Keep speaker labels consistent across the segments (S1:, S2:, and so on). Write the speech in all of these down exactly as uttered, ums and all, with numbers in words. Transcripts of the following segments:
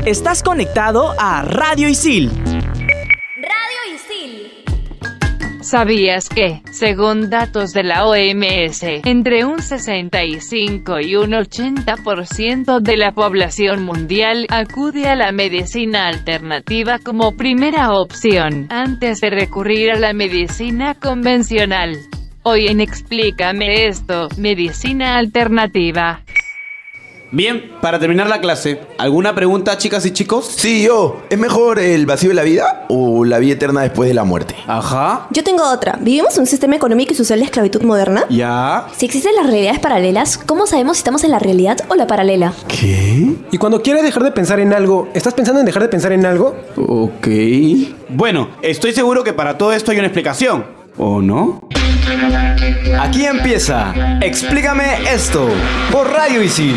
S1: Estás conectado a Radio Isil.
S2: Radio Isil.
S3: ¿Sabías que, según datos de la O M S, entre un sesenta y cinco y un ochenta por ciento de la población mundial acude a la medicina alternativa como primera opción, antes de recurrir a la medicina convencional? Hoy en Explícame Esto, medicina alternativa.
S4: Bien, para terminar la clase, ¿alguna pregunta, chicas y chicos?
S5: Sí, yo. ¿Es mejor el vacío de la vida o la vida eterna después de la muerte?
S4: Ajá.
S6: Yo tengo otra. ¿Vivimos en un sistema económico y social de esclavitud moderna?
S4: Ya.
S6: Si existen las realidades paralelas, ¿cómo sabemos si estamos en la realidad o la paralela?
S5: ¿Qué?
S7: Y cuando quieres dejar de pensar en algo, ¿estás pensando en dejar de pensar en algo?
S5: Ok.
S4: Bueno, estoy seguro que para todo esto hay una explicación, ¿o no?
S8: Aquí empieza Explícame Esto por Radio Isil.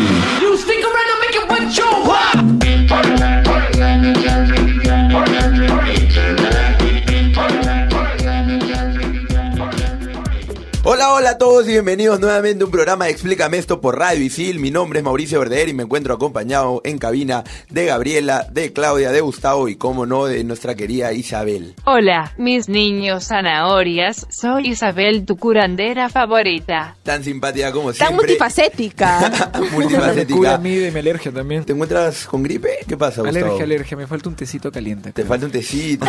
S5: Hola, hola a todos y bienvenidos nuevamente a un programa de Explícame Esto por Radio Isil. Mi nombre es Mauricio Verdader y me encuentro acompañado en cabina de Gabriela, de Claudia, de Gustavo y, como no, de nuestra querida Isabel.
S3: Hola, mis niños zanahorias, soy Isabel, tu curandera favorita.
S5: Tan simpática como siempre.
S9: Tan multifacética.
S5: Multifacética.
S7: Cura a mí de mi alergia también.
S5: ¿Te encuentras con gripe? ¿Qué pasa, Gustavo?
S7: Alergia, alergia. Me falta un tecito caliente.
S5: Te falta un tecito.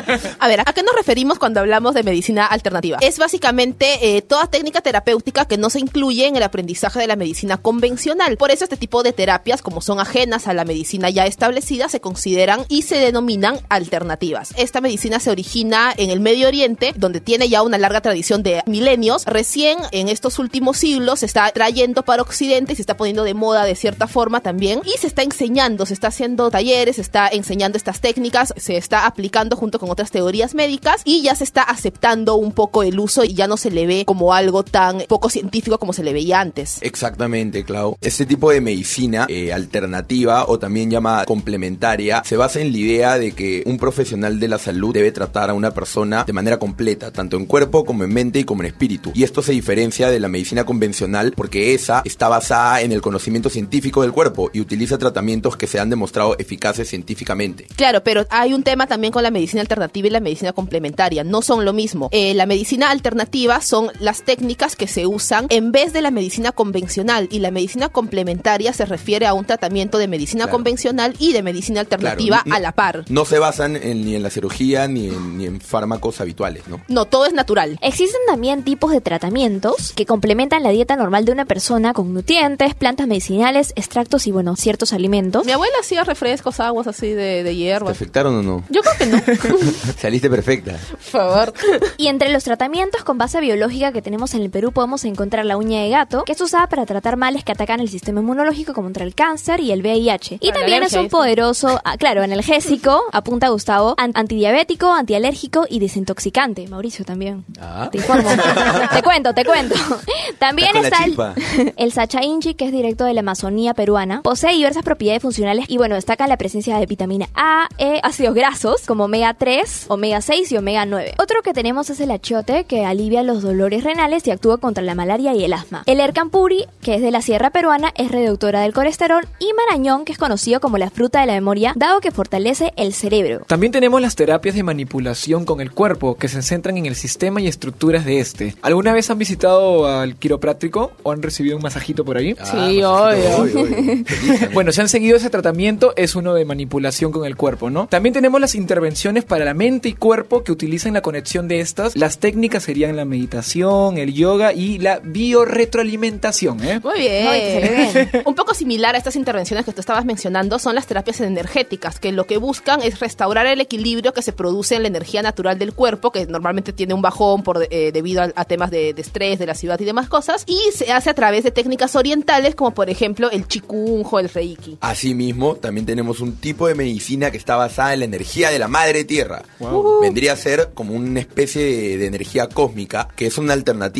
S9: A ver, ¿a qué nos referimos cuando hablamos de medicina alternativa? Es básicamente eh, toda técnica terapéutica que no se incluye en el aprendizaje de la medicina convencional. Por eso este tipo de terapias, como son ajenas a la medicina ya establecida, se consideran y se denominan alternativas. Esta medicina se origina en el Medio Oriente, donde tiene ya una larga tradición de milenios. Recién en estos últimos siglos se está trayendo para Occidente y se está poniendo de moda de cierta forma también, y se está enseñando, se está haciendo talleres, se está enseñando estas técnicas, se está aplicando junto con otras teorías médicas y ya se está aceptando un poco el uso y ya no se le ve como algo tan poco científico como se le veía antes.
S5: Exactamente, Clau. Este tipo de medicina eh, alternativa, o también llamada complementaria, se basa en la idea de que un profesional de la salud debe tratar a una persona de manera completa, tanto en cuerpo como en mente y como en espíritu. Y esto se diferencia de la medicina convencional porque esa está basada en el conocimiento científico del cuerpo y utiliza tratamientos que se han demostrado eficaces científicamente.
S9: Claro, pero hay un tema también con la medicina alternativa y la medicina complementaria. No son lo mismo. Eh, la medicina alternativa son las técnicas que se usan en vez de la medicina convencional, y la medicina complementaria se refiere a un tratamiento de medicina claro. convencional y de medicina alternativa claro, no, a la par.
S5: No se basan en, ni en la cirugía ni en, ni en fármacos habituales, ¿no?
S9: No, todo es natural.
S6: Existen también tipos de tratamientos que complementan la dieta normal de una persona con nutrientes, plantas medicinales, extractos y, bueno, ciertos alimentos.
S9: Mi abuela hacía refrescos, aguas así de, de hierbas.
S5: ¿Te afectaron o no?
S9: Yo creo que no.
S5: Saliste perfecta.
S9: Por favor.
S6: Y entre los tratamientos con base biológica que tenemos en el Perú podemos encontrar la uña de gato, que es usada para tratar males que atacan el sistema inmunológico contra el cáncer y el V I H. Y para también es un poderoso, ah, claro, analgésico, apunta Gustavo, an- antidiabético, antialérgico y desintoxicante. Mauricio también. Ah. Te informo. te cuento, te cuento. También está el, el Sacha Inchi, que es directo de la Amazonía peruana. Posee diversas propiedades funcionales y, bueno, destaca la presencia de vitamina A, E, ácidos grasos como omega tres, omega seis y omega nueve. Otro que tenemos es el achiote, que alivia los dolores renales y actúa contra la malaria y el asma. El ercampuri, que es de la sierra peruana, es reductora del colesterol, y marañón, que es conocido como la fruta de la memoria, dado que fortalece el cerebro.
S7: También tenemos las terapias de manipulación con el cuerpo, que se centran en el sistema y estructuras de este. ¿Alguna vez han visitado al quiropráctico o han recibido un masajito por ahí?
S9: Ah, sí, obvio.
S7: Bueno, si han seguido ese tratamiento, es uno de manipulación con el cuerpo, ¿no? También tenemos las intervenciones para la mente y cuerpo, que utilizan la conexión de estas. Las técnicas serían la meditación, el yoga y la biorretroalimentación, ¿eh?
S9: Muy bien. Muy bien. Un poco similar a estas intervenciones que tú estabas mencionando son las terapias energéticas, que lo que buscan es restaurar el equilibrio que se produce en la energía natural del cuerpo, que normalmente tiene un bajón por eh, debido a, a temas de, de estrés, de la ciudad y demás cosas, y se hace a través de técnicas orientales como por ejemplo el Qigong o el Reiki.
S5: Asimismo, también tenemos un tipo de medicina que está basada en la energía de la madre tierra. Wow. Uh-huh. Vendría a ser como una especie de, de energía cósmica, que es una alternativa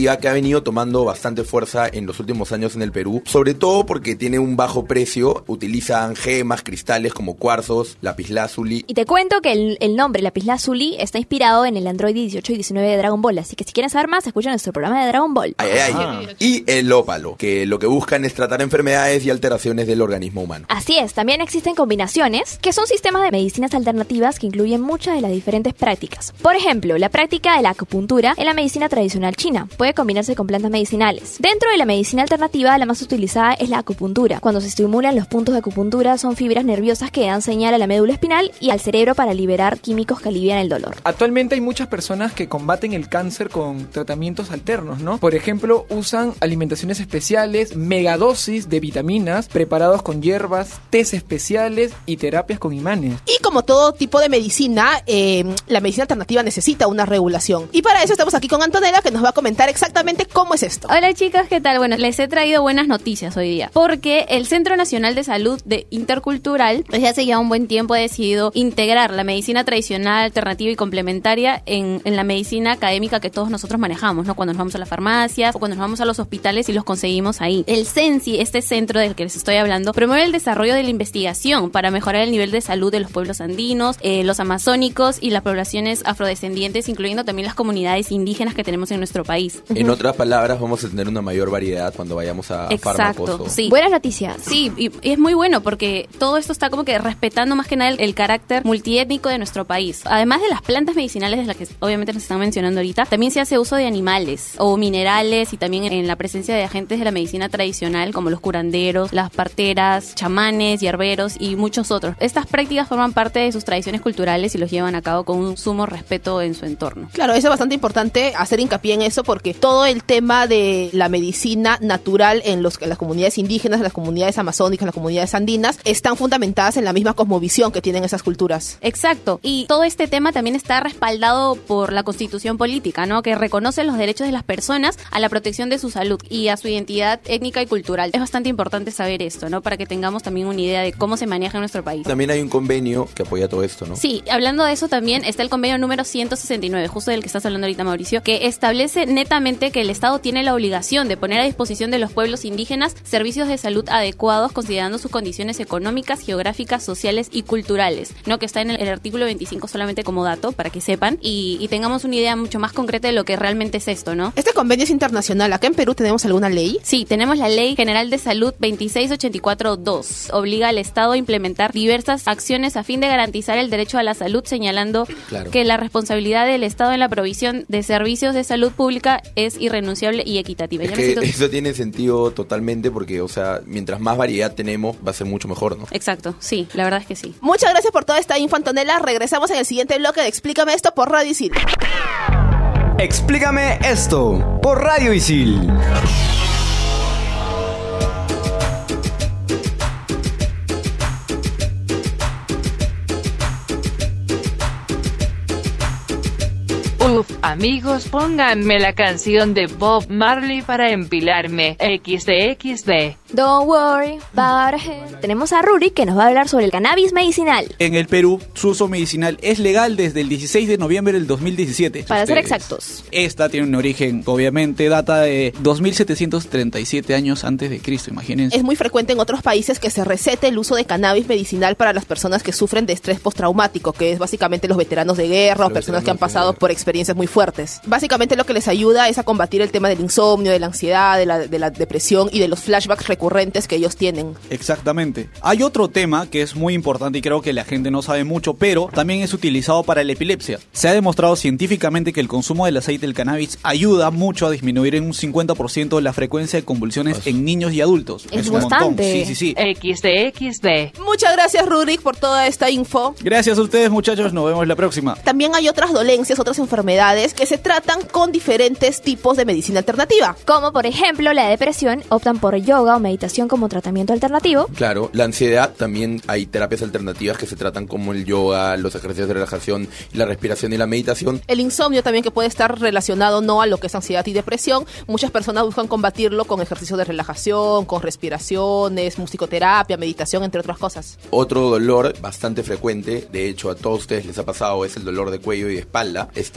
S5: alternativa que ha venido tomando bastante fuerza en los últimos años en el Perú, sobre todo porque tiene un bajo precio, utilizan gemas, cristales como cuarzos, lapislázuli.
S6: Y te cuento que el, el nombre lapislázuli está inspirado en el Android dieciocho y diecinueve de Dragon Ball, así que si quieren saber más, escuchen nuestro programa de Dragon Ball.
S5: Ay, ay, ay. Y el ópalo, que lo que buscan es tratar enfermedades y alteraciones del organismo humano.
S6: Así es, también existen combinaciones, que son sistemas de medicinas alternativas que incluyen muchas de las diferentes prácticas. Por ejemplo, la práctica de la acupuntura en la medicina tradicional china puede combinarse con plantas medicinales. Dentro de la medicina alternativa, la más utilizada es la acupuntura. Cuando se estimulan los puntos de acupuntura, son fibras nerviosas que dan señal a la médula espinal y al cerebro para liberar químicos que alivian el dolor.
S7: Actualmente hay muchas personas que combaten el cáncer con tratamientos alternos, ¿no? Por ejemplo, usan alimentaciones especiales, megadosis de vitaminas, preparados con hierbas, tés especiales y terapias con imanes.
S9: Y como todo tipo de medicina, eh, la medicina alternativa necesita una regulación. Y para eso estamos aquí con Antonella, que nos va a comentar exactamente cómo es esto.
S10: Hola chicas, ¿qué tal? Bueno, les he traído buenas noticias hoy día, porque el Centro Nacional de Salud de Intercultural desde hace ya un buen tiempo ha decidido integrar la medicina tradicional, alternativa y complementaria en, en la medicina académica que todos nosotros manejamos, ¿no? Cuando nos vamos a las farmacias o cuando nos vamos a los hospitales y los conseguimos ahí. El CENSI, este centro del que les estoy hablando, promueve el desarrollo de la investigación para mejorar el nivel de salud de los pueblos andinos, eh, los amazónicos y las poblaciones afrodescendientes, incluyendo también las comunidades indígenas que tenemos en nuestro país.
S5: En otras palabras, vamos a tener una mayor variedad cuando vayamos a
S10: Exacto,
S5: fármacos.
S10: Sí.
S6: Buenas noticias.
S10: Sí, y es muy bueno porque todo esto está como que respetando más que nada el, el carácter multiétnico de nuestro país. Además de las plantas medicinales de las que obviamente nos están mencionando ahorita, también se hace uso de animales o minerales y también en la presencia de agentes de la medicina tradicional como los curanderos, las parteras, chamanes, hierberos y muchos otros. Estas prácticas forman parte de sus tradiciones culturales y los llevan a cabo con un sumo respeto en su entorno.
S9: Claro, eso es bastante importante hacer hincapié en eso porque todo el tema de la medicina natural en, los, en las comunidades indígenas, en las comunidades amazónicas, en las comunidades andinas, están fundamentadas en la misma cosmovisión que tienen esas culturas.
S10: Exacto. Y todo este tema también está respaldado por la Constitución política, ¿no? Que reconoce los derechos de las personas a la protección de su salud y a su identidad étnica y cultural. Es bastante importante saber esto, ¿no? Para que tengamos también una idea de cómo se maneja en nuestro país.
S5: También hay un convenio que apoya todo esto, ¿no?
S10: Sí, hablando de eso también está el convenio número ciento sesenta y nueve, justo del que estás hablando ahorita, Mauricio, que establece netamente que el Estado tiene la obligación de poner a disposición de los pueblos indígenas servicios de salud adecuados considerando sus condiciones económicas, geográficas, sociales y culturales, ¿no? Que está en el, el artículo veinticinco solamente como dato para que sepan y, y tengamos una idea mucho más concreta de lo que realmente es esto, ¿no?
S9: Este convenio es internacional. ¿Acá en Perú tenemos alguna ley?
S10: Sí, tenemos la Ley General de Salud veintiséis ochenta y cuatro dos. Obliga al Estado a implementar diversas acciones a fin de garantizar el derecho a la salud, señalando claro. que la responsabilidad del Estado en la provisión de servicios de salud pública es irrenunciable y equitativa.
S5: Es que eso tiene sentido totalmente porque, o sea, mientras más variedad tenemos, va a ser mucho mejor, ¿no?
S10: Exacto, sí, la verdad es que sí.
S9: Muchas gracias por toda esta info, Antonella. Regresamos en el siguiente bloque de Explícame Esto por Radio Isil.
S8: Explícame Esto por Radio Isil.
S3: Uf, amigos, pónganme la canción de Bob Marley para empilarme. equis de equis de.
S6: Don't worry about it. Tenemos a Rurik que nos va a hablar sobre el cannabis medicinal.
S4: En el Perú, su uso medicinal es legal desde el dieciséis de noviembre del dos mil diecisiete.
S6: Para
S4: Ustedes.
S6: ser exactos.
S4: Esta tiene un origen, obviamente, data de dos mil setecientos treinta y siete años antes de Cristo, imagínense.
S9: Es muy frecuente en otros países que se recete el uso de cannabis medicinal para las personas que sufren de estrés postraumático, que es básicamente los veteranos de guerra o personas que han pasado por experiencias muy fuertes. Básicamente lo que les ayuda es a combatir el tema del insomnio, de la ansiedad, de la, de la depresión y de los flashbacks recurrentes que ellos tienen.
S4: Exactamente. Hay otro tema que es muy importante y creo que la gente no sabe mucho, pero también es utilizado para la epilepsia. Se ha demostrado científicamente que el consumo del aceite del cannabis ayuda mucho a disminuir en un cincuenta por ciento la frecuencia de convulsiones en niños y adultos.
S6: Es,
S4: es
S6: bastante.
S4: Un montón. Sí, sí, sí.
S3: equis de equis de.
S9: Muchas gracias, Rurik, por toda esta info.
S4: Gracias a ustedes, muchachos. Nos vemos la próxima.
S9: También hay otras dolencias, otras enfermedades que se tratan con diferentes tipos de medicina alternativa.
S6: Como por ejemplo la depresión, optan por yoga o meditación como tratamiento alternativo.
S5: Claro, la ansiedad también hay terapias alternativas que se tratan como el yoga, los ejercicios de relajación, la respiración y la meditación.
S9: El insomnio también, que puede estar relacionado no a lo que es ansiedad y depresión. Muchas personas buscan combatirlo con ejercicios de relajación, con respiraciones, musicoterapia, meditación, entre otras cosas.
S5: Otro dolor bastante frecuente, de hecho a todos ustedes les ha pasado, es el dolor de cuello y de espalda. Están los tratamientos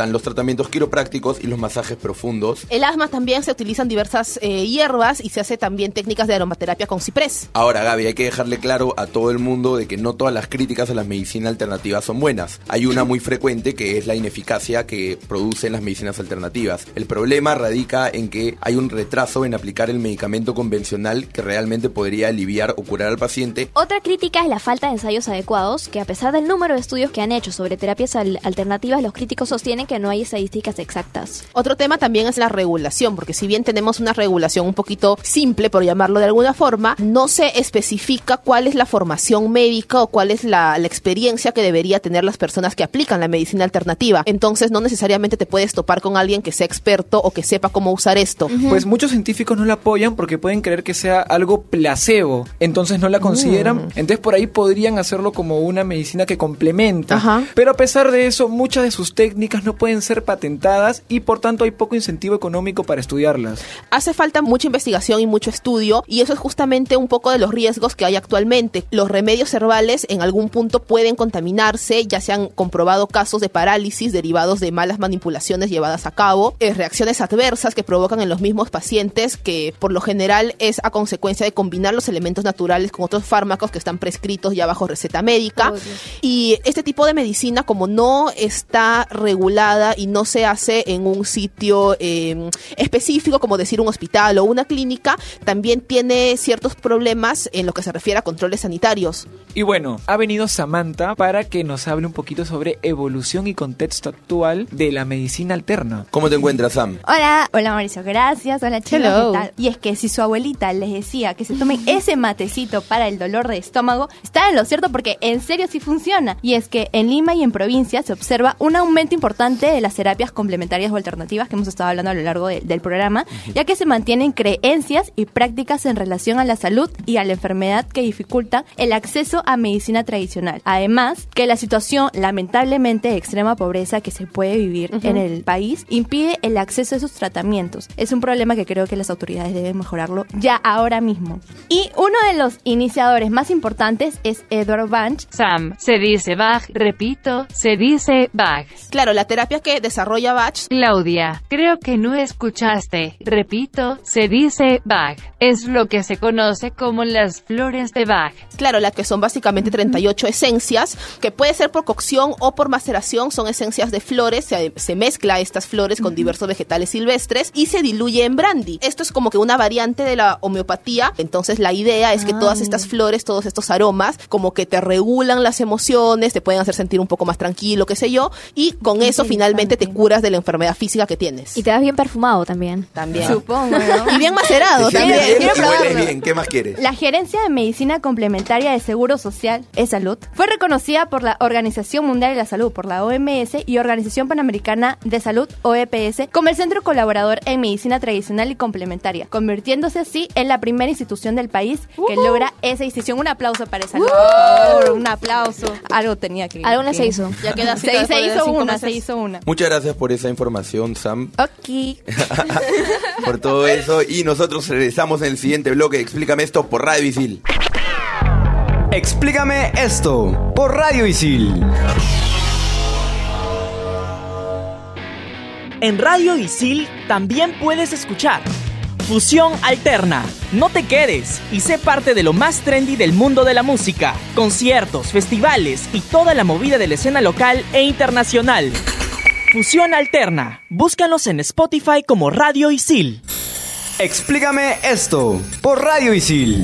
S5: tratamientos quiroprácticos y los masajes profundos.
S9: El asma también se utilizan diversas eh, hierbas y se hace también técnicas de aromaterapia con ciprés.
S5: Ahora, Gaby, hay que dejarle claro a todo el mundo de que no todas las críticas a las medicinas alternativas son buenas. Hay una muy frecuente que es la ineficacia que producen las medicinas alternativas. El problema radica en que hay un retraso en aplicar el medicamento convencional que realmente podría aliviar o curar al paciente.
S6: Otra crítica es la falta de ensayos adecuados, que a pesar del número de estudios que han hecho sobre terapias al- alternativas, los críticos sostienen que no hay estadísticas exactas.
S9: Otro tema también es la regulación, porque si bien tenemos una regulación un poquito simple, por llamarlo de alguna forma, no se especifica cuál es la formación médica o cuál es la, la experiencia que debería tener las personas que aplican la medicina alternativa. Entonces no necesariamente te puedes topar con alguien que sea experto o que sepa cómo usar esto.
S7: Pues muchos científicos no la apoyan porque pueden creer que sea algo placebo, entonces no la consideran,
S9: Mm.
S7: entonces por ahí podrían hacerlo como una medicina que complementa,
S9: Ajá.
S7: pero a pesar de eso, muchas de sus técnicas no pueden ser patentadas y por tanto hay poco incentivo económico para estudiarlas.
S9: Hace falta mucha investigación y mucho estudio, y eso es justamente un poco de los riesgos que hay actualmente. Los remedios herbales en algún punto pueden contaminarse, ya se han comprobado casos de parálisis derivados de malas manipulaciones llevadas a cabo, eh, reacciones adversas que provocan en los mismos pacientes, que por lo general es a consecuencia de combinar los elementos naturales con otros fármacos que están prescritos ya bajo receta médica.
S6: Oh, Dios.
S9: Y este tipo de medicina, como no está regulada y no se hace en un sitio eh, específico, como decir un hospital o una clínica, también tiene ciertos problemas en lo que se refiere a controles sanitarios.
S7: Y bueno, ha venido Samantha para que nos hable un poquito sobre evolución y contexto actual de la medicina alterna.
S5: ¿Cómo te encuentras, Sam?
S11: Hola, hola Mauricio, gracias, hola chicos,
S9: Hello.
S11: ¿qué tal? Y es que si su abuelita les decía que se tomen ese matecito para el dolor de estómago, está en lo cierto porque en serio sí funciona. Y es que en Lima y en provincia se observa un aumento importante de las terapias complementarias o alternativas que hemos estado hablando a lo largo de- del programa, ya que se mantienen creencias y prácticas en relación a la salud y a la enfermedad que dificultan el acceso a medicina tradicional. Además, que la situación lamentablemente de extrema pobreza que se puede vivir
S9: Ujú.
S11: en el país impide el acceso a esos tratamientos. Es un problema que creo que las autoridades deben mejorarlo ya ahora mismo. Y uno de los iniciadores más importantes es Edward Banch.
S3: Sam, se dice Bach, repito, se dice Bach.
S9: Claro, la terapia que desarrolla Bach,
S3: Claudia, creo que no escuchaste. Repito, se dice Bach. Es lo que se conoce como las flores de Bach.
S9: claro, la que son básicamente treinta y ocho esencias, que puede ser por cocción o por maceración, son esencias de flores, se, se mezcla estas flores con diversos vegetales silvestres y se diluye en brandy. Esto es como que una variante de la homeopatía, entonces la idea es que todas estas flores, todos estos aromas, como que te regulan las emociones, te pueden hacer sentir un poco más tranquilo, qué sé yo, y con eso finalmente te curas de la enfermedad física que tienes.
S6: Y te vas bien perfumado también.
S9: También.
S11: Supongo, ¿no?
S9: Y bien macerado
S5: Te sientes
S9: también.
S5: bien
S11: quiero
S5: y hueles
S11: probarlo.
S5: bien. ¿Qué más quieres?
S11: La Gerencia de Medicina Complementaria de Seguro Social e Salud fue reconocida por la Organización Mundial de la Salud, por la O M S y Organización Panamericana de Salud, O E P S, como el centro colaborador en medicina tradicional y complementaria, convirtiéndose así en la primera institución del país que logra esa distinción. Un aplauso para esa, por favor, un aplauso. Algo tenía que...
S6: Alguna
S11: que-
S6: se hizo.
S9: Ya queda así
S11: Se,
S9: después
S11: se
S9: de
S11: hizo
S9: cinco
S11: una,
S9: meses.
S11: se hizo una.
S5: Muchas gracias por esa información, Sam,
S11: Ok.
S5: por todo eso. Y nosotros regresamos en el siguiente bloque. Explícame esto por Radio Isil.
S8: Explícame esto por Radio Isil.
S1: En Radio Isil también puedes escuchar Fusión Alterna. No te quedes y sé parte de lo más trendy del mundo de la música. Conciertos, festivales y toda la movida de la escena local e internacional. Fusión Alterna. Búscanos en Spotify como Radio Isil.
S8: Explícame esto por Radio Isil.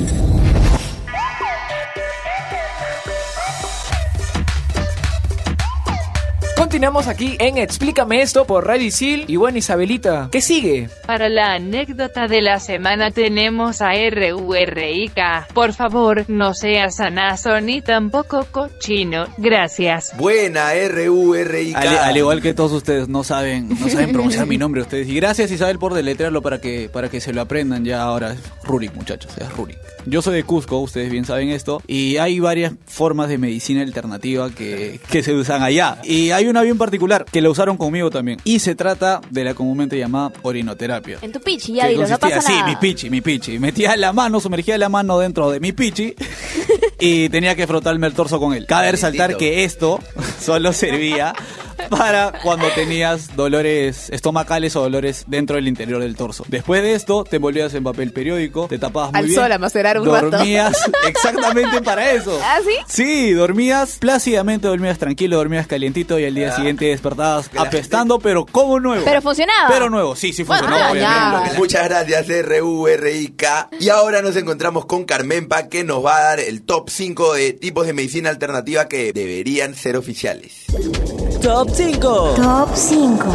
S7: Continuamos aquí en Explícame esto por Radio Isil. Y bueno, Isabelita, ¿qué sigue?
S3: Para la anécdota de la semana tenemos a R U R I K. Por favor, no seas anazo ni tampoco cochino. Gracias.
S5: Buena, R U R I K.
S4: Al, al igual que todos ustedes no saben, no saben pronunciar mi nombre ustedes. Y gracias Isabel por deletrearlo para que, para que se lo aprendan ya ahora. Es Rurik, muchachos, es Rurik. Yo soy de Cusco, ustedes bien saben esto. Y hay varias formas de medicina alternativa que, que se usan allá. Y hay hay una bien particular que la usaron conmigo también. Y se trata de la comúnmente llamada orinoterapia.
S6: En tu pichi, ya
S4: Que
S6: dilo, no
S4: consistía,
S6: pasa nada.
S4: sí, mi pichi, mi pichi. Metía la mano, sumergía la mano dentro de mi pichi y tenía que frotarme el torso con él. Cabe resaltar que esto solo servía para cuando tenías dolores estomacales o dolores dentro del interior del torso. Después de esto, te envolvías en papel periódico, te tapabas muy
S9: Al
S4: bien.
S9: sol a macerar un rato.
S4: Dormías exactamente para eso.
S6: ¿Ah, sí?
S4: Sí, dormías plácidamente, dormías tranquilo, dormías calientito y al día siguiente despertabas apestando, pero como nuevo.
S6: Pero funcionaba.
S4: Pero nuevo, sí, sí funcionó.
S9: Ah,
S4: obviamente.
S9: ya.
S5: Muchas gracias R U R I K. Y ahora nos encontramos con Carmenpa, que nos va a dar el top cinco de tipos de medicina alternativa que deberían ser oficiales.
S1: Top cinco.
S11: Top cinco.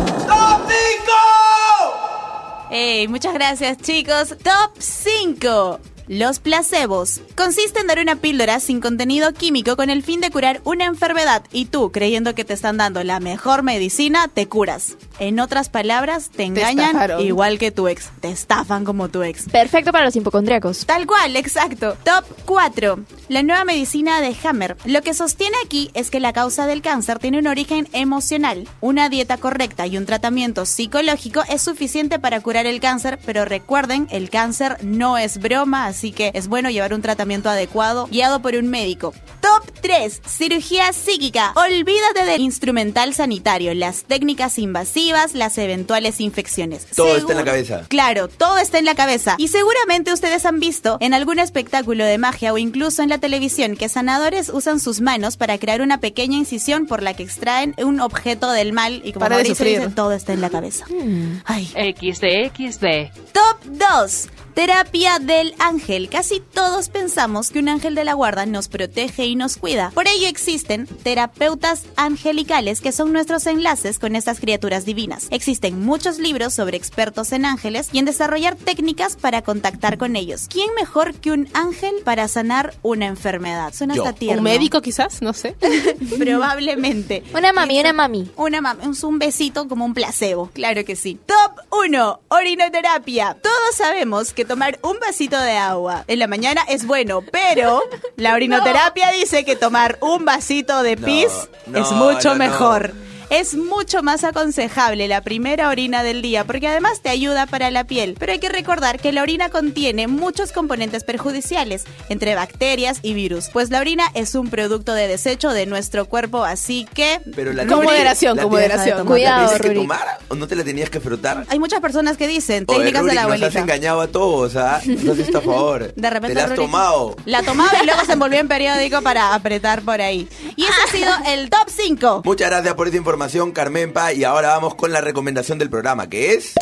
S12: Hey, muchas gracias, chicos. Top cinco. Los placebos. Consiste en dar una píldora sin contenido químico con el fin de curar una enfermedad y tú, creyendo que te están dando la mejor medicina, te curas. En otras palabras, te engañan
S9: estafaron.
S12: igual que tu ex. Te estafan como tu ex.
S6: Perfecto para los hipocondríacos.
S12: Tal cual, exacto. Top cuatro. La nueva medicina de Hammer. Lo que sostiene aquí es que la causa del cáncer tiene un origen emocional. Una dieta correcta y un tratamiento psicológico es suficiente para curar el cáncer, pero recuerden, el cáncer no es broma, así que es bueno llevar un tratamiento adecuado guiado por un médico. Top tres. Cirugía psíquica. Olvídate del instrumental sanitario, las técnicas invasivas, las eventuales infecciones.
S5: Todo
S12: Seguro-
S5: está en la cabeza.
S12: Claro, todo está en la cabeza. Y seguramente ustedes han visto en algún espectáculo de magia o incluso en la televisión que sanadores usan sus manos para crear una pequeña incisión por la que extraen un objeto del mal. Y como
S9: Para de
S12: Mauricio
S9: sufrir.
S12: dice, todo está en la cabeza. Ay.
S3: equis de equis de.
S12: Top dos. Terapia del ángel. Casi todos pensamos que un ángel de la guarda nos protege y nos cuida. Por ello existen terapeutas angelicales, que son nuestros enlaces con estas criaturas divinas. Existen muchos libros sobre expertos en ángeles y en desarrollar técnicas para contactar con ellos. ¿Quién mejor que un ángel para sanar una enfermedad? Suena
S5: Yo.
S12: hasta tierno.
S9: ¿Un médico quizás? No sé.
S12: Probablemente.
S6: Una mami, una mami.
S12: Una mami, un- un besito como un placebo, claro que sí. Top uno, orinoterapia. Todos sabemos que tomar un vasito de agua en la mañana es bueno, pero la orinoterapia dice que tomar un vasito de pis
S5: no,
S12: es mucho
S5: no, no.
S12: mejor. Es mucho más aconsejable la primera orina del día porque además te ayuda para la piel. Pero hay que recordar que la orina contiene muchos componentes perjudiciales, entre bacterias y virus, pues la orina es un producto de desecho de nuestro cuerpo, así que...
S5: Pero la
S9: Con
S5: tienes-
S9: moderación,
S5: la
S9: con
S5: tienes-
S9: moderación.
S5: ¿La
S6: Cuidado,
S5: tenías que
S6: Rurik.
S5: tomar o no te la tenías que frotar?
S12: Hay muchas personas que dicen
S5: Oye,
S12: técnicas de
S5: Rurik,
S12: la
S5: nos has
S12: abuelita.
S5: engañado a todos, ¿ah? Nos has hecho a favor.
S12: De repente
S5: Te la has
S12: Rurik
S5: tomado.
S12: La tomaba y luego se envolvió en periódico para apretar por ahí. Y ese ha sido el top cinco.
S5: Muchas gracias por esa información, Carmenpa. Y ahora vamos con la recomendación del programa, que es...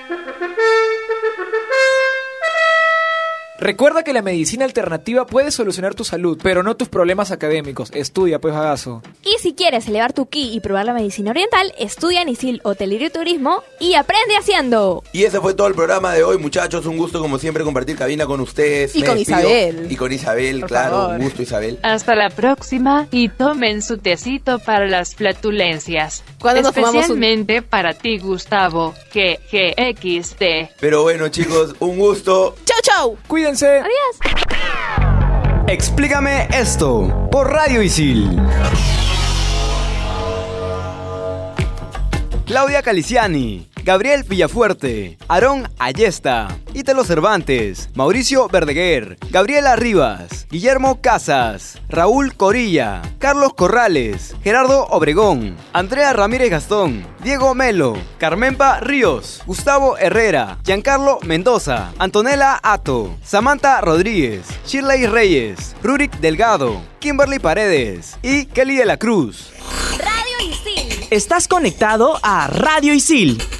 S7: Recuerda que la medicina alternativa puede solucionar tu salud, pero no tus problemas académicos. Estudia, pues, bagazo.
S6: Y si quieres elevar tu ki y probar la medicina oriental, estudia en ISIL Hotelería y Turismo y aprende haciendo.
S5: Y ese fue todo el programa de hoy, muchachos. Un gusto, como siempre, compartir cabina con ustedes.
S9: Y
S5: Me
S9: con
S5: despido.
S9: Isabel.
S5: Y con Isabel,
S9: Por
S5: claro.
S9: favor.
S5: Un gusto, Isabel.
S3: Hasta la próxima y tomen su tecito para las flatulencias.
S9: ¿Cuándo nos tomamos un-
S3: Especialmente para ti, Gustavo, G G X D.
S5: Pero bueno, chicos, un gusto.
S9: ¡Chau, chau!
S7: Cuídense.
S6: Adiós.
S8: Explícame esto por Radio Isil. Claudia Caliciani, Gabriel Villafuerte, Aarón Ayesta, Ítalo Cervantes, Mauricio Verdeguer, Gabriela Rivas, Guillermo Casas, Raúl Corilla, Carlos Corrales, Gerardo Obregón, Andrea Ramírez Gastón, Diego Melo, Carmenpa Ríos, Gustavo Herrera, Giancarlo Mendoza, Antonella Ato, Samantha Rodríguez, Shirley Reyes, Rurik Delgado, Kimberly Paredes y Kelly de la Cruz.
S2: Radio Isil.
S1: Estás conectado a Radio Isil.